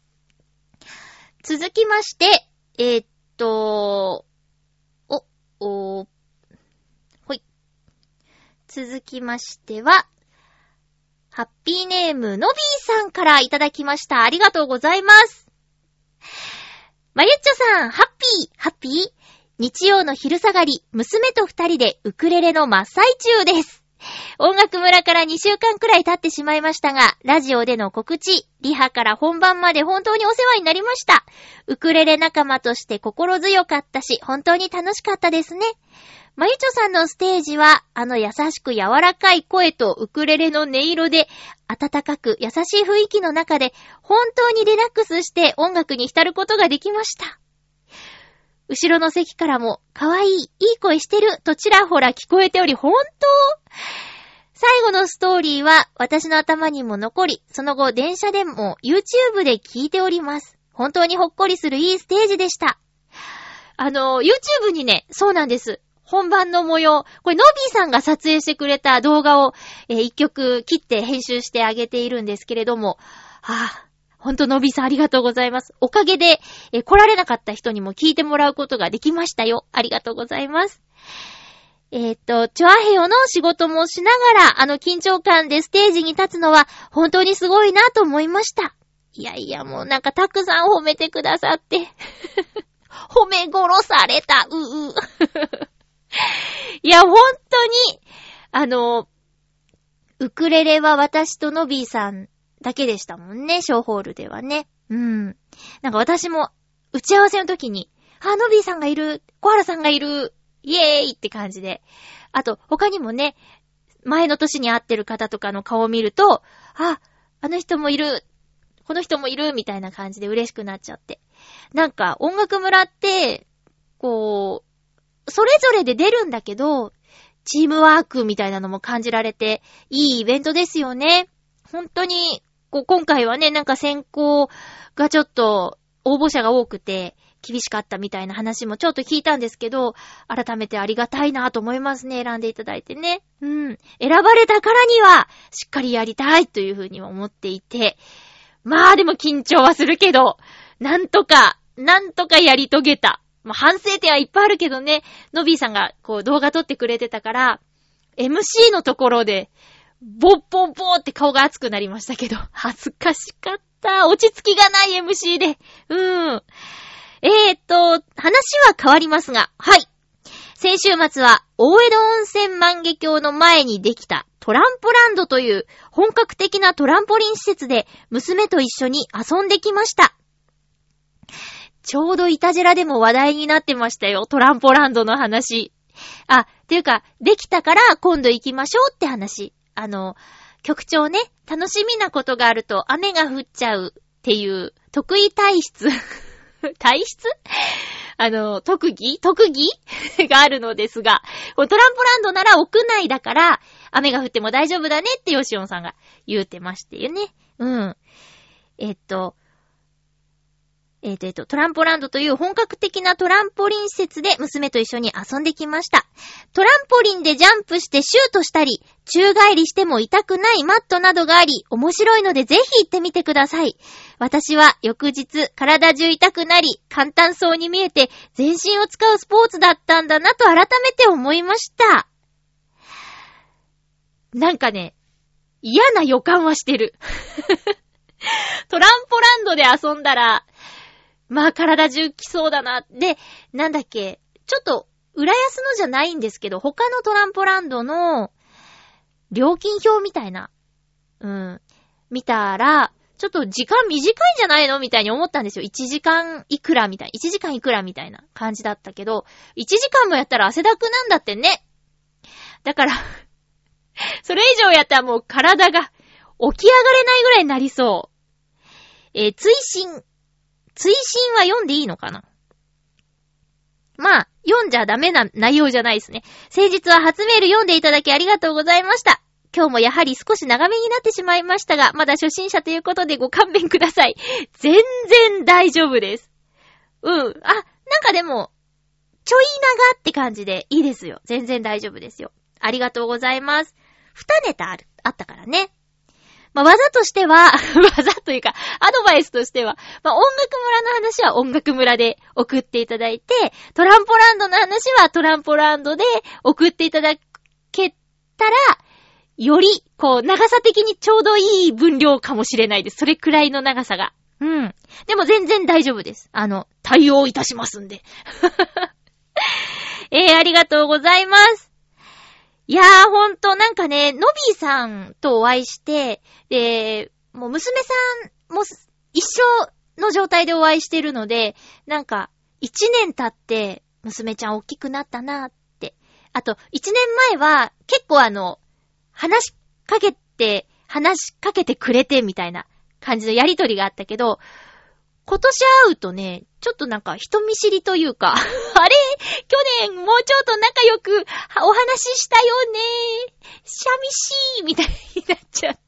続きまして、続きましては、ハッピーネームのびーさんからいただきました。ありがとうございます。まゆっちょさん、ハッピー日曜の昼下がり、娘と2人でウクレレの真っ最中です。 音楽村から2週間くらい経ってしまいましたが、ラジオでの告知、リハから本番まで本当にお世話になりました。ウクレレ仲間として心強かったし、本当に楽しかったですね。まゆちょさんのステージは、優しく柔らかい声とウクレレの音色で、温かく優しい雰囲気の中で、本当にリラックスして音楽に浸ることができました。後ろの席からも、かわいい、いい声してるとちらほら聞こえており、本当？最後のストーリーは私の頭にも残り、その後電車でも YouTube で聞いております。本当にほっこりするいいステージでした。YouTube にね、そうなんです。本番の模様、これノビーさんが撮影してくれた動画を、一曲切って編集してあげているんですけれども、ほんとノビーさんありがとうございます。おかげで、来られなかった人にも聞いてもらうことができましたよ。ありがとうございます。チョアヘヨの仕事もしながら、緊張感でステージに立つのは本当にすごいなと思いました。いやいや、もうなんかたくさん褒めてくださって。褒め殺された。いや、本当に、ウクレレは私とノビーさんだけでしたもんね、ショーホールではね。なんか私も、打ち合わせの時に、ノビーさんがいる、コハラさんがいる、イエーイって感じで。あと、他にもね、前の年に会ってる方とかの顔を見ると、あの人もいる、この人もいる、みたいな感じで嬉しくなっちゃって。なんか、音楽村って、こう、それぞれで出るんだけど、チームワークみたいなのも感じられて、いいイベントですよね。本当に、今回はね、なんか選考がちょっと応募者が多くて厳しかったみたいな話もちょっと聞いたんですけど、改めてありがたいなと思いますね。選んでいただいてね。選ばれたからにはしっかりやりたいというふうに思っていて、まあでも緊張はするけど、なんとかやり遂げた。反省点はいっぱいあるけどね、ノビーさんが動画撮ってくれてたから、MC のところで、ボッボッボーって顔が熱くなりましたけど、恥ずかしかった。落ち着きがない MC で。話は変わりますが、はい。先週末は、大江戸温泉万華鏡の前にできたトランポランドという本格的なトランポリン施設で娘と一緒に遊んできました。ちょうどイタジェラでも話題になってましたよ。トランポランドの話。っていうか、できたから今度行きましょうって話。局長ね、楽しみなことがあると雨が降っちゃうっていう得意体質体質特技があるのですが、トランポランドなら屋内だから雨が降っても大丈夫だねってヨシオンさんが言うてましてよね。トランポランドという本格的なトランポリン施設で娘と一緒に遊んできました。トランポリンでジャンプしてシュートしたり、宙返りしても痛くないマットなどがあり、面白いのでぜひ行ってみてください。私は翌日体中痛くなり、簡単そうに見えて全身を使うスポーツだったんだなと改めて思いました。なんかね、嫌な予感はしてる。トランポランドで遊んだら、体中きそうだな。で、なんだっけ、ちょっと、浦安のじゃないんですけど、他のトランポランドの料金表みたいな、見たら、ちょっと時間短いんじゃないのみたいに思ったんですよ。1時間いくらみたいな感じだったけど、1時間もやったら汗だくなんだってね。だから、それ以上やったらもう体が起き上がれないぐらいになりそう。追伸は読んでいいのかな？読んじゃダメな内容じゃないですね。先日は初メール読んでいただきありがとうございました。今日もやはり少し長めになってしまいましたが、まだ初心者ということでご勘弁ください。全然大丈夫です。なんかでも、ちょい長って感じでいいですよ。全然大丈夫ですよ。ありがとうございます。2ネタあったからね。技としては、技というか、アドバイスとしては、音楽村の話は音楽村で送っていただいて、トランポランドの話はトランポランドで送っていただけたら、より、長さ的にちょうどいい分量かもしれないです。それくらいの長さが。でも全然大丈夫です。対応いたしますんで。ありがとうございます。 いやーほんとなんかね、のびーさんとお会いして、で、もう娘さんも一緒の状態でお会いしてるので、なんか1年経って娘ちゃん大きくなったなって。あと1年前は結構話しかけてくれてみたいな感じのやりとりがあったけど、今年会うとね、ちょっとなんか人見知りというか、あれ去年もうちょっと仲良くお話ししたよね。寂しいみたいになっちゃった。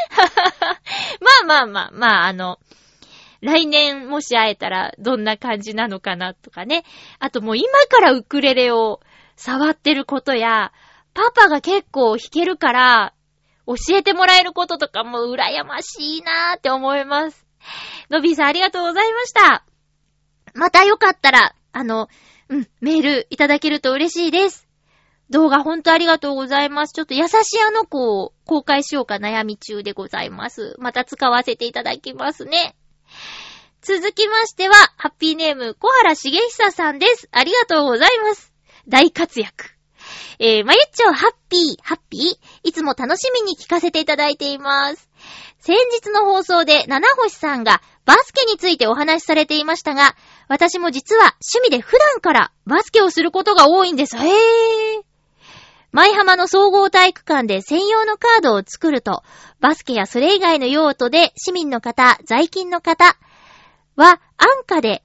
まあ、来年もし会えたらどんな感じなのかなとかね。あともう今からウクレレを触ってることや、パパが結構弾けるから教えてもらえることとかも羨ましいなーって思います。のびーさんありがとうございました。またよかったら、メールいただけると嬉しいです。動画ほんとありがとうございます。ちょっと優しいあの子を公開しようか悩み中でございます。また使わせていただきますね。続きましては、ハッピーネーム小原茂久さんです。ありがとうございます。大活躍。まゆっちょハッピーいつも楽しみに聞かせていただいています。先日の放送で七星さんがバスケについてお話しされていましたが、私も実は趣味で普段からバスケをすることが多いんです。舞浜の総合体育館で専用のカードを作ると、バスケやそれ以外の用途で市民の方、在勤の方は安価で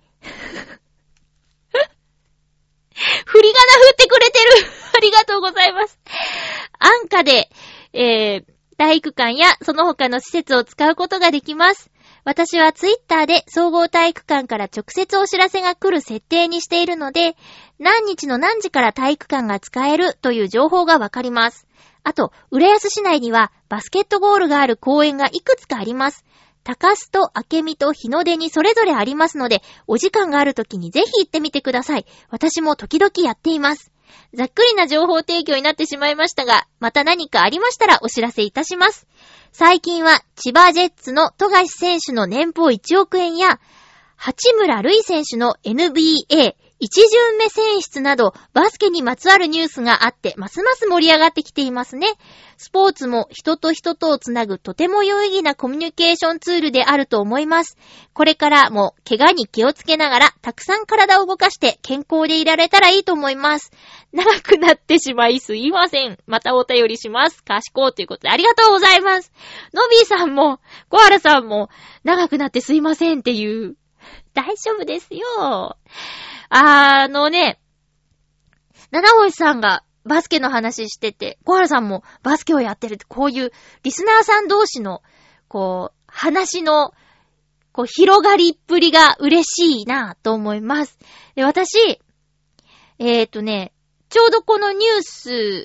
振り仮名振ってくれてるありがとうございます。安価で、体育館やその他の施設を使うことができます。私はツイッターで総合体育館から直接お知らせが来る設定にしているので、何日の何時から体育館が使えるという情報がわかります。あと、浦安市内にはバスケットゴールがある公園がいくつかあります。高須と明美と日の出にそれぞれありますので、お時間があるときにぜひ行ってみてください。私も時々やっています。ざっくりな情報提供になってしまいましたが、また何かありましたらお知らせいたします。最近は千葉ジェッツの富樫選手の年俸1億円や、八村塁選手の NBA一巡目選出などバスケにまつわるニュースがあってますます盛り上がってきていますね。スポーツも人と人とをつなぐとても有意義なコミュニケーションツールであると思います。これからも怪我に気をつけながらたくさん体を動かして健康でいられたらいいと思います。長くなってしまいすいません。またお便りします。賢いということでありがとうございます。のびーさんも小原さんも長くなってすいませんっていう大丈夫ですよ。七星さんがバスケの話してて、小原さんもバスケをやってるって、こういうリスナーさん同士の、話の、広がりっぷりが嬉しいなと思います。で、私、ちょうどこのニュース、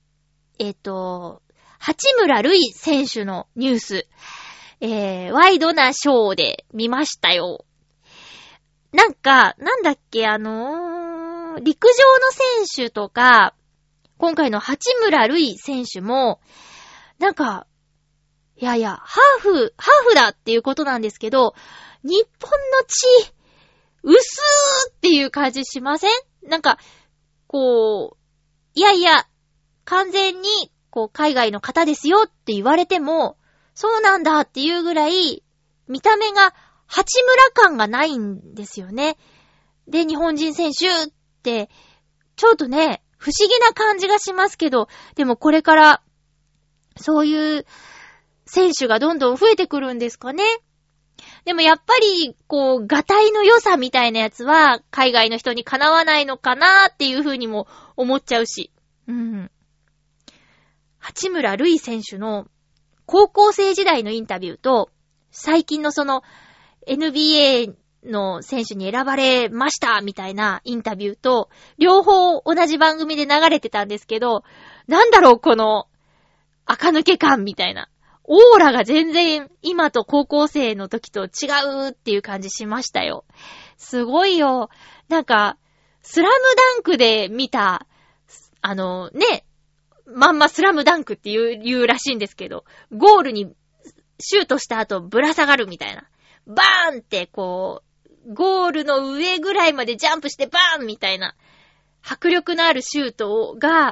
八村塁選手のニュース、ワイドなショーで見ましたよ。なんだっけ、陸上の選手とか、今回の八村塁選手も、ハーフだっていうことなんですけど、日本の血、薄ーっていう感じしません？完全に、海外の方ですよって言われても、そうなんだっていうぐらい、見た目が、八村感がないんですよね。で、日本人選手って、ちょっとね、不思議な感じがしますけど、でもこれから、そういう選手がどんどん増えてくるんですかね。でもやっぱり、がたいの良さみたいなやつは、海外の人にかなわないのかなっていうふうにも思っちゃうし。八村塁選手の高校生時代のインタビューと、最近のその、NBA の選手に選ばれましたみたいなインタビューと、両方同じ番組で流れてたんですけど、この垢抜け感みたいな。オーラが全然今と高校生の時と違うっていう感じしましたよ。すごいよ。スラムダンクで見た、まんまスラムダンクって言うらしいんですけど、ゴールにシュートした後ぶら下がるみたいな。バーンってゴールの上ぐらいまでジャンプしてバーンみたいな迫力のあるシュートが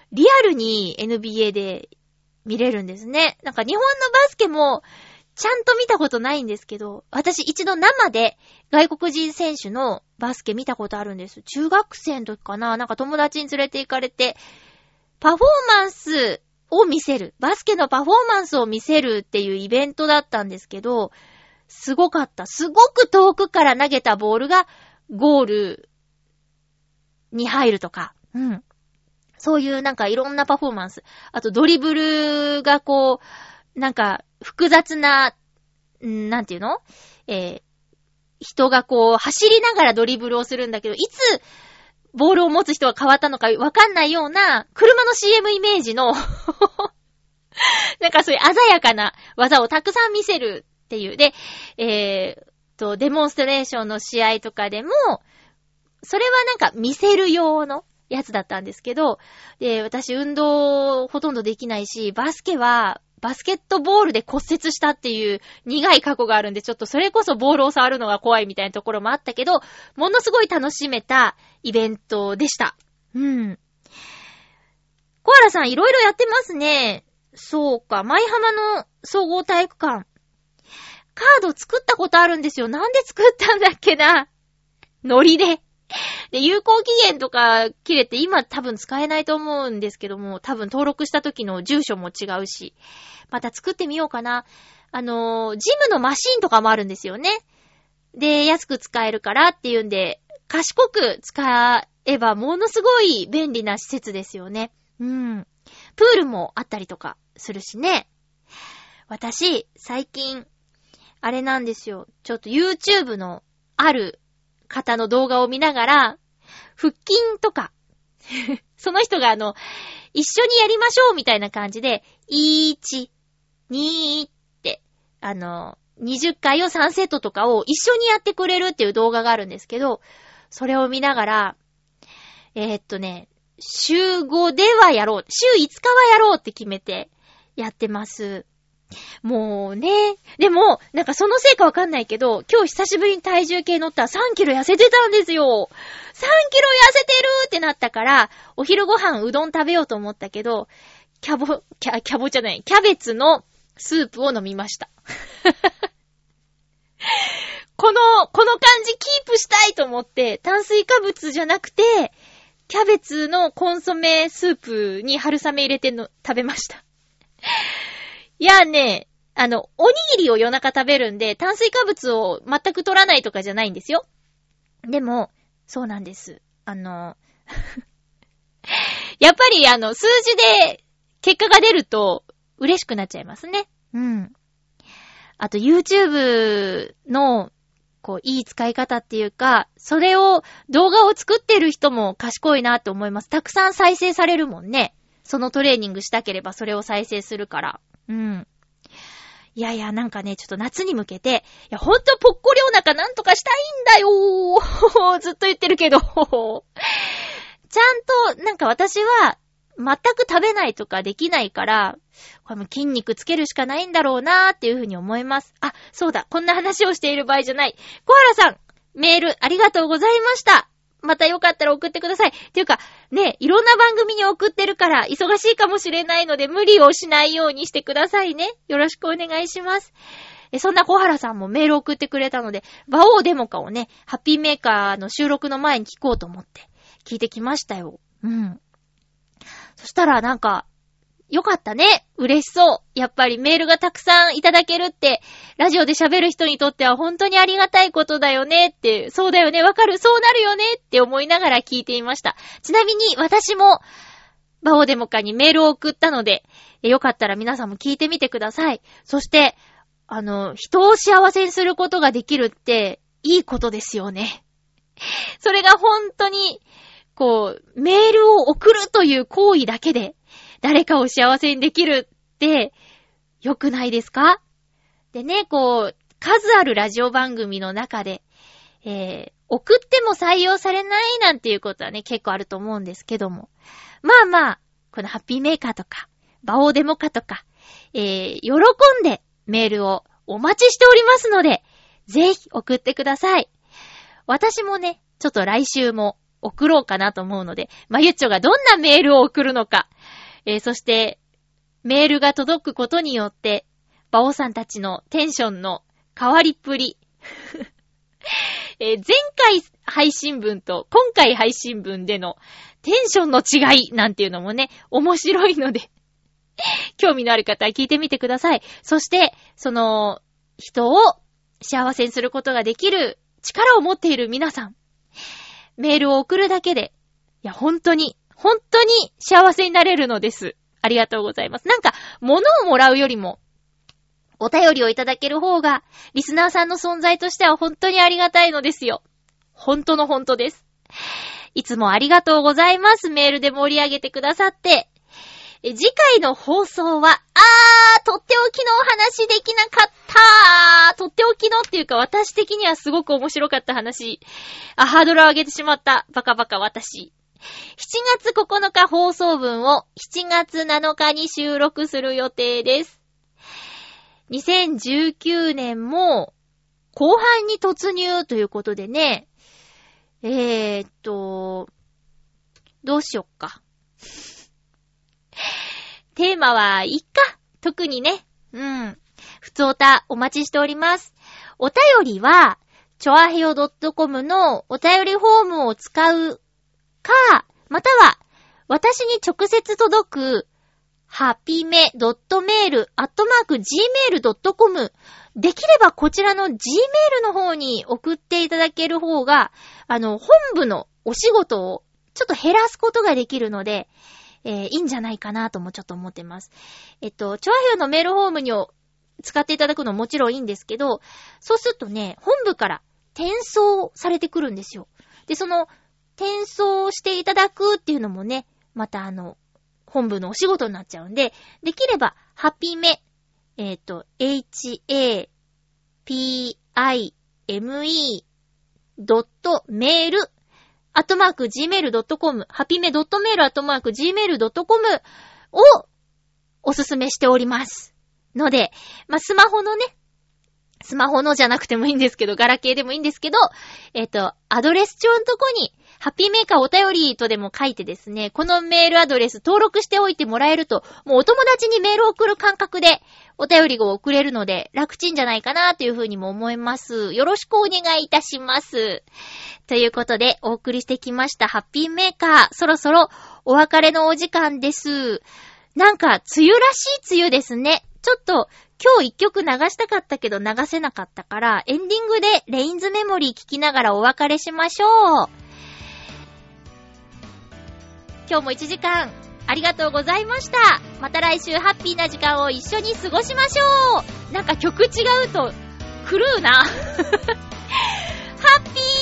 リアルに NBA で見れるんですね。なんか日本のバスケもちゃんと見たことないんですけど、私一度生で外国人選手のバスケ見たことあるんです。中学生の時かな、なんか友達に連れて行かれて、パフォーマンスを見せる。バスケのパフォーマンスを見せるっていうイベントだったんですけど、すごかった。すごく遠くから投げたボールがゴールに入るとか。うん。そういうなんかいろんなパフォーマンス。あとドリブルがこう、なんか複雑な、なんていうの？人がこう走りながらドリブルをするんだけど、いつボールを持つ人が変わったのかわかんないような車の CM イメージのなんかそういう鮮やかな技をたくさん見せるっていう。で、デモンストレーションの試合とかでも、それはなんか見せる用のやつだったんですけど、で、私運動ほとんどできないし、バスケットボールで骨折したっていう苦い過去があるんで、ちょっとそれこそボールを触るのが怖いみたいなところもあったけど、ものすごい楽しめたイベントでした。うん。コアラさんいろいろやってますね。そうか、舞浜の総合体育館。カード作ったことあるんですよ。なんで作ったんだっけな。ノリで。で、有効期限とか切れて今多分使えないと思うんですけども、多分登録した時の住所も違うし、また作ってみようかな。ジムのマシンとかもあるんですよね。で、安く使えるからっていうんで、賢く使えばものすごい便利な施設ですよね。うん。プールもあったりとかするしね。私、最近、あれなんですよ。ちょっと YouTube のある方の動画を見ながら、腹筋とか、その人が一緒にやりましょうみたいな感じで、1、2って、20回を3セットとかを一緒にやってくれるっていう動画があるんですけど、それを見ながら、週5ではやろう。週5日はやろうって決めてやってます。もうね。でも、なんかそのせいかわかんないけど、今日久しぶりに体重計乗ったら3キロ痩せてたんですよ。3キロ痩せてるってなったから、お昼ご飯うどん食べようと思ったけど、キャベツのスープを飲みました。この感じキープしたいと思って、炭水化物じゃなくて、キャベツのコンソメスープに春雨入れて食べました。いやね、おにぎりを夜中食べるんで、炭水化物を全く取らないとかじゃないんですよ。でも、そうなんです。やっぱり数字で結果が出ると嬉しくなっちゃいますね。うん。あと YouTube のこういい使い方っていうか、それを動画を作ってる人も賢いなと思います。たくさん再生されるもんね。そのトレーニングしたければそれを再生するから。うん。いやいや、なんかね、ちょっと夏に向けて、いや、ほんとぽっこりお腹なんとかしたいんだよーずっと言ってるけどちゃんと、なんか私は、全く食べないとかできないから、これも筋肉つけるしかないんだろうなーっていうふうに思います。あ、そうだ、こんな話をしている場合じゃない。小原さん、メールありがとうございました。またよかったら送ってください。っていうか、ね、いろんな番組に送ってるから忙しいかもしれないので無理をしないようにしてくださいね。よろしくお願いします。そんな小原さんもメール送ってくれたので、馬王デモカをね、ハッピーメーカーの収録の前に聞こうと思って聞いてきましたよ。うん。そしたらなんか、よかったね。嬉しそう。やっぱりメールがたくさんいただけるって、ラジオで喋る人にとっては本当にありがたいことだよねって、そうだよね、わかる、そうなるよねって思いながら聞いていました。ちなみに私も、バオデモカにメールを送ったので、よかったら皆さんも聞いてみてください。そして、人を幸せにすることができるって、いいことですよね。それが本当に、こう、メールを送るという行為だけで、誰かを幸せにできるって良くないですか？でね、こう、数あるラジオ番組の中で、送っても採用されないなんていうことはね、結構あると思うんですけども。まあまあ、このハッピーメーカーとか、バオデモカとか、喜んでメールをお待ちしておりますので、ぜひ送ってください。私もね、ちょっと来週も送ろうかなと思うので、まゆっちょがどんなメールを送るのか、そしてメールが届くことによってバオさんたちのテンションの変わりっぷり前回配信分と今回配信分でのテンションの違いなんていうのもね、面白いので興味のある方は聞いてみてください。そしてその人を幸せにすることができる力を持っている皆さん、メールを送るだけで、いや本当に幸せになれるのです。ありがとうございます。なんか物をもらうよりもお便りをいただける方がリスナーさんの存在としては本当にありがたいのですよ。本当の本当です。いつもありがとうございます。メールで盛り上げてくださって。次回の放送はとっておきのお話できなかった。とっておきのっていうか私的にはすごく面白かった話。ハードルを上げてしまった。バカバカ私。7月9日放送分を7月7日に収録する予定です。2019年も後半に突入ということでね。どうしよっか。テーマはいっか。特にね。ふつおたお待ちしております。お便りは、ちょあへよ .com のお便りフォームを使うか、または、私に直接届く、はぴめ .mail@gmail.com できればこちらの Gmail の方に送っていただける方が、本部のお仕事をちょっと減らすことができるので、いいんじゃないかなともちょっと思ってます。ちょあへよのメールフォームに使っていただくのももちろんいいんですけど、そうするとね、本部から転送されてくるんですよ。で、その転送していただくっていうのもね、また本部のお仕事になっちゃうんで、できれば、はぴめ、hapime.mail@gmail.com はぴめ.mail@gmail.com をおすすめしております。ので、スマホのじゃなくてもいいんですけど、ガラケーでもいいんですけど、アドレス帳のとこに、ハッピーメーカーお便りとでも書いてですね、このメールアドレス登録しておいてもらえると、もうお友達にメールを送る感覚でお便りを送れるので、楽ちんじゃないかなというふうにも思います。よろしくお願いいたします。ということで、お送りしてきましたハッピーメーカー、そろそろお別れのお時間です。なんか、梅雨らしい梅雨ですね。ちょっと、今日一曲流したかったけど流せなかったから、エンディングでレインズメモリー聞きながらお別れしましょう。今日も1時間ありがとうございました。また来週ハッピーな時間を一緒に過ごしましょう。なんか曲違うと狂うな。ハッピー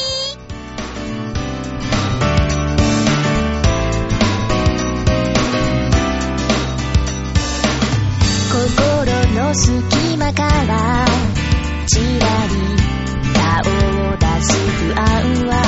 心の隙間からちらり顔を出す不安は、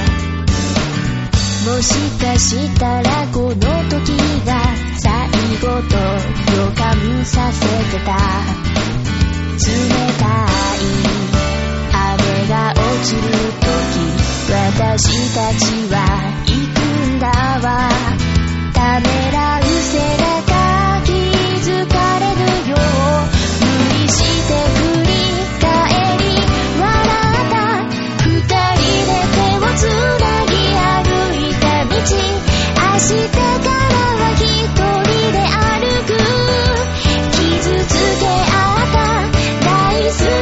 もしかしたらこの時が最後と予感させてた。冷たい雨が落ちる時、私たちは行くんだわ。ためらう背中気づかれぬよう、無理して振り返り笑った。二人で手をつなぎ歩いた道、明日からは一人で歩く。傷つけ合った大好き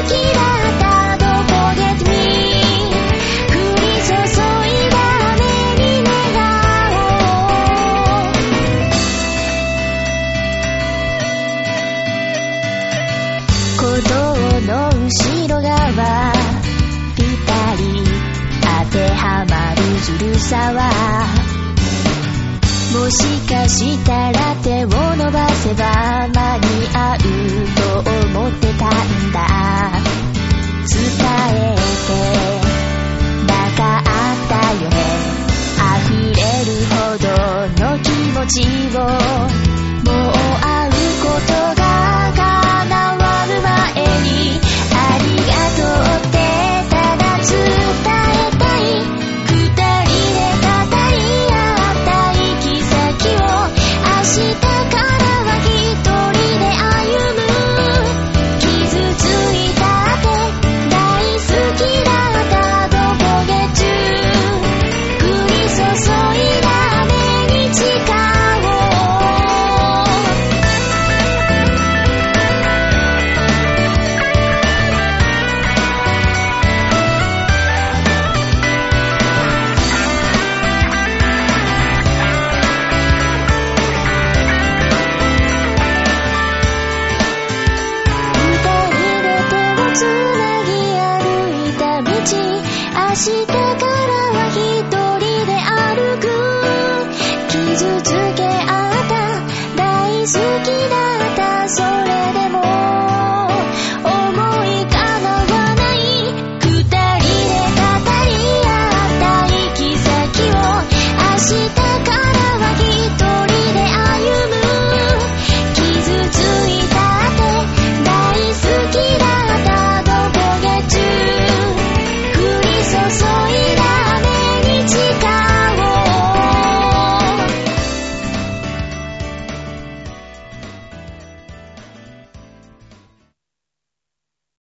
明日からは一人で歩く傷つ